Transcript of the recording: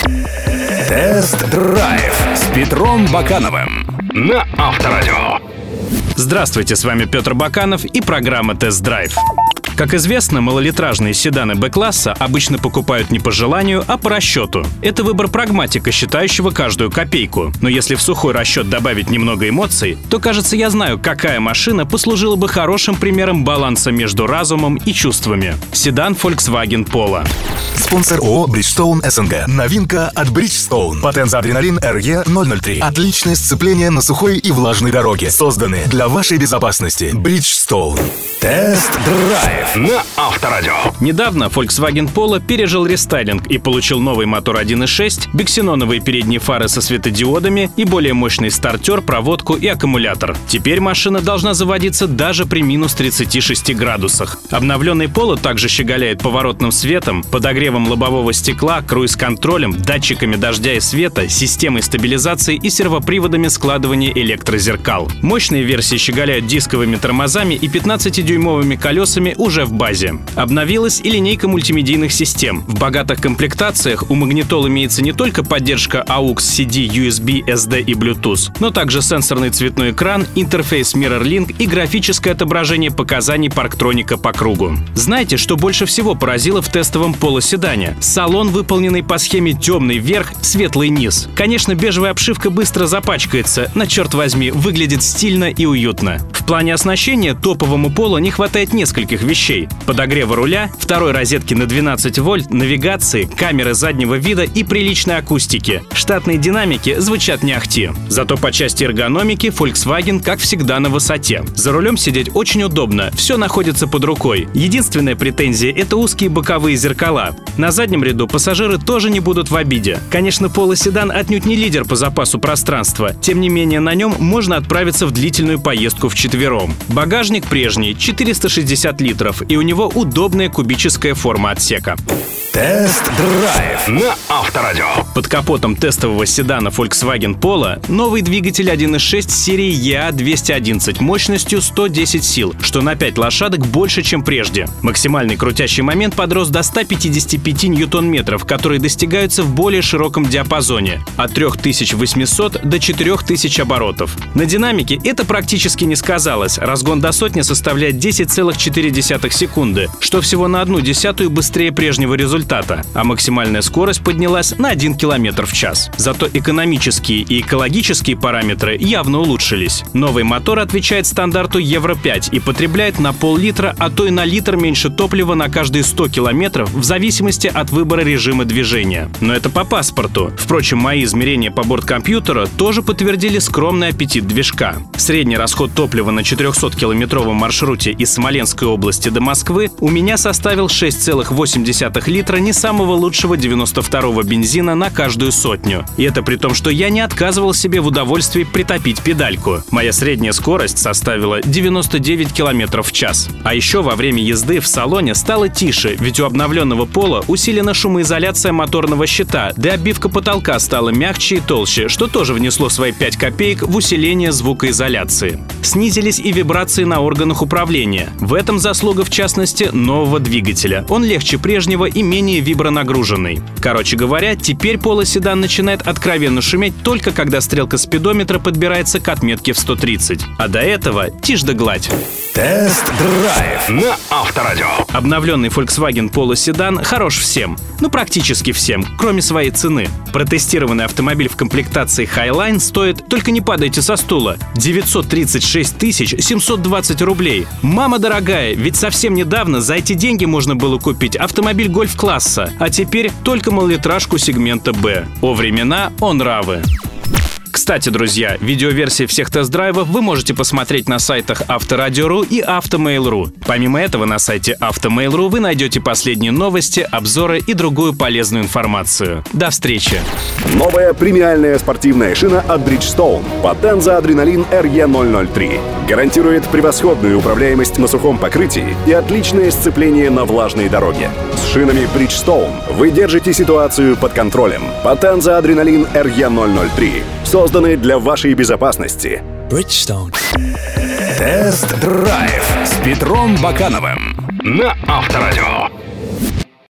Тест-драйв с Петром Бакановым на Авторадио. Здравствуйте, с вами Петр Баканов и программа «Тест-драйв». Как известно, малолитражные седаны Б-класса обычно покупают не по желанию, а по расчету. Это выбор прагматика, считающего каждую копейку. Но если в сухой расчет добавить немного эмоций, то, кажется, я знаю, какая машина послужила бы хорошим примером баланса между разумом и чувствами. Седан Volkswagen Polo. Спонсор ООО «Bridgestone СНГ». Новинка от Bridgestone. Потенза Адреналин RE003. Отличное сцепление на сухой и влажной дороге. Созданы для вашей безопасности. Bridgestone. Тест-драйв на Авторадио. Недавно Volkswagen Polo пережил рестайлинг и получил новый мотор 1.6, биксеноновые передние фары со светодиодами и более мощный стартер, проводку и аккумулятор. Теперь машина должна заводиться даже при минус 36 градусах. Обновленный Polo также щеголяет поворотным светом, подогревом лобового стекла, круиз-контролем, датчиками дождя и света, системой стабилизации и сервоприводами складывания электрозеркал. Мощные версии щеголяют дисковыми тормозами и 15-дюймовыми колесами уже в базе. Обновилась и линейка мультимедийных систем. В богатых комплектациях у Magnetol имеется не только поддержка AUX, CD, USB, SD и Bluetooth, но также сенсорный цветной экран, интерфейс MirrorLink и графическое отображение показаний парктроника по кругу. Знаете, что больше всего поразило в тестовом полоседане? Салон, выполненный по схеме темный верх, светлый низ. Конечно, бежевая обшивка быстро запачкается, но, черт возьми, выглядит стильно и уютно. В плане оснащения топовому Polo не хватает нескольких вещей: подогрева руля, второй розетки на 12 вольт, навигации, камеры заднего вида и приличной акустики. Штатные динамики звучат не ахти. Зато по части эргономики Volkswagen, как всегда, на высоте. За рулем сидеть очень удобно, все находится под рукой. Единственная претензия — это узкие боковые зеркала. На заднем ряду пассажиры тоже не будут в обиде. Конечно, Polo седан отнюдь не лидер по запасу пространства. Тем не менее, на нем можно отправиться в длительную поездку вчетвером. Багажник прежний, 460 литров, и у него удобная кубическая форма отсека. Тест-драйв на Авторадио. Под капотом тестового седана Volkswagen Polo новый двигатель 1.6 серии EA211 мощностью 110 сил, что на 5 лошадок больше, чем прежде. Максимальный крутящий момент подрос до 155 ньютон-метров, которые достигаются в более широком диапазоне – от 3800 до 4000 оборотов. На динамике это практически не сказалось. Разгон до сотни составляет 10,4 секунды, что всего на 0,1 быстрее прежнего результата, а максимальная скорость поднялась на 1 км в час. Зато экономические и экологические параметры явно улучшились. Новый мотор отвечает стандарту Евро-5 и потребляет на пол-литра, а то и на литр меньше топлива на каждые 100 километров в зависимости от выбора режима движения. Но это по паспорту. Впрочем, мои измерения по борткомпьютеру тоже подтвердили скромный аппетит движка. Средний расход топлива на 400-километровом маршруте из Смоленской области до Москвы у меня составил 6,8 литра не самого лучшего 92-го бензина на каждую сотню. И это при том, что я не отказывал себе в удовольствии притопить педальку. Моя средняя скорость составила 99 км в час. А еще во время езды в салоне стало тише, ведь у обновленного Polo усилена шумоизоляция моторного щита, да обивка потолка стала мягче и толще, что тоже внесло свои 5 копеек в усиление звукоизоляции. Снизились и вибрации на органах управления. В этом заслуга, в частности, нового двигателя. Он легче прежнего и менее вибронагруженный. Короче говоря, теперь Polo седан начинает откровенно шуметь только когда стрелка спидометра подбирается к отметке в 130. А до этого тишь да гладь. Тест-драйв на Авторадио. Обновленный Volkswagen Polo седан хорош всем. Ну, практически всем, кроме своей цены. Протестированный автомобиль в комплектации Highline стоит, только не падайте со стула, 936 720 рублей. Мама дорогая, ведь совсем недавно за эти деньги можно было купить автомобиль гольф-класса, а теперь только малолитражку сегмента «Б». О времена, о нравы. Кстати, друзья, видеоверсии всех тест-драйвов вы можете посмотреть на сайтах Авторадио.ру и Автомейл.ру. Помимо этого, на сайте Автомейл.ру вы найдете последние новости, обзоры и другую полезную информацию. До встречи! Новая премиальная спортивная шина от Bridgestone Potenza Adrenaline RE003 гарантирует превосходную управляемость на сухом покрытии и отличное сцепление на влажной дороге. С шинами Bridgestone вы держите ситуацию под контролем. Potenza Adrenaline RE003 созданы для вашей безопасности. Bridgestone. Тест-драйв с Петром Бакановым на Авторадио.